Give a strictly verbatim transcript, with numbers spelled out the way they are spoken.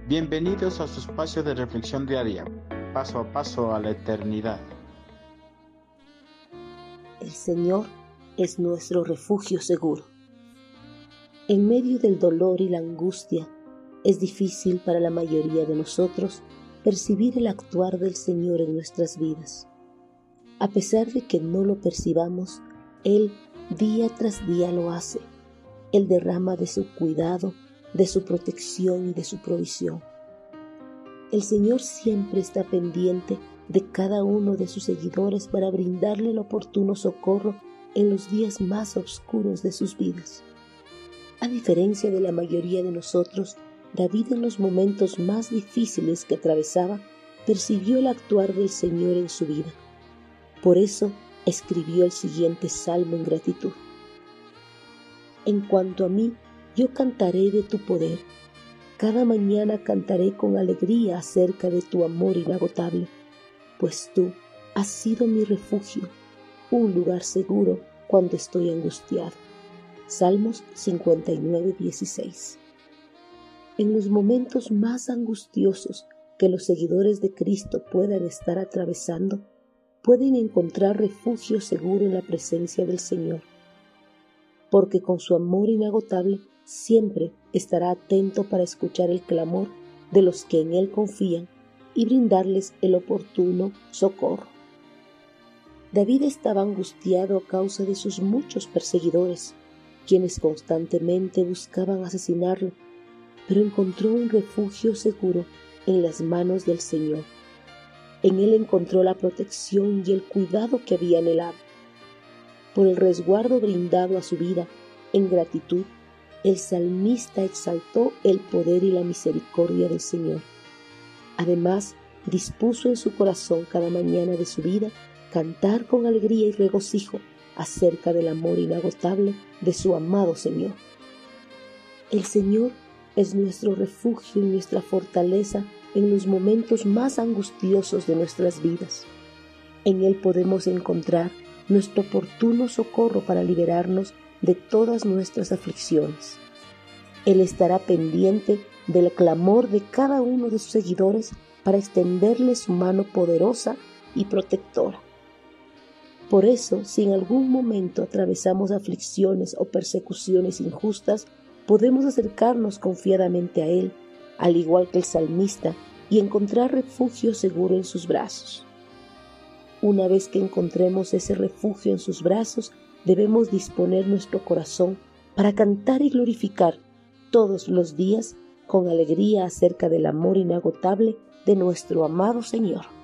Bienvenidos a su espacio de reflexión diaria, paso a paso a la eternidad. El Señor es nuestro refugio seguro. En medio del dolor y la angustia, es difícil para la mayoría de nosotros percibir el actuar del Señor en nuestras vidas. A pesar de que no lo percibamos, Él día tras día lo hace. Él derrama de su cuidado, de su protección y de su provisión. El Señor siempre está pendiente de cada uno de sus seguidores para brindarle el oportuno socorro en los días más oscuros de sus vidas. A diferencia de la mayoría de nosotros, David en los momentos más difíciles que atravesaba, percibió el actuar del Señor en su vida. Por eso escribió el siguiente salmo en gratitud. En cuanto a mí, yo cantaré de tu poder. Cada mañana cantaré con alegría acerca de tu amor inagotable, pues tú has sido mi refugio, un lugar seguro cuando estoy angustiado. Salmos cincuenta y nueve, dieciséis. En los momentos más angustiosos que los seguidores de Cristo puedan estar atravesando, pueden encontrar refugio seguro en la presencia del Señor, porque con su amor inagotable siempre estará atento para escuchar el clamor de los que en Él confían y brindarles el oportuno socorro. David estaba angustiado a causa de sus muchos perseguidores, quienes constantemente buscaban asesinarlo, pero encontró un refugio seguro en las manos del Señor. En Él encontró la protección y el cuidado que había anhelado. Por el resguardo brindado a su vida, en gratitud, el salmista exaltó el poder y la misericordia del Señor. Además, dispuso en su corazón cada mañana de su vida cantar con alegría y regocijo acerca del amor inagotable de su amado Señor. El Señor es nuestro refugio y nuestra fortaleza en los momentos más angustiosos de nuestras vidas. En Él podemos encontrar nuestro oportuno socorro para liberarnos de todas nuestras aflicciones. Él estará pendiente del clamor de cada uno de sus seguidores para extenderle su mano poderosa y protectora. Por eso, si en algún momento atravesamos aflicciones o persecuciones injustas, podemos acercarnos confiadamente a Él, al igual que el salmista, y encontrar refugio seguro en sus brazos. Una vez que encontremos ese refugio en sus brazos, debemos disponer nuestro corazón para cantar y glorificar todos los días con alegría acerca del amor inagotable de nuestro amado Señor.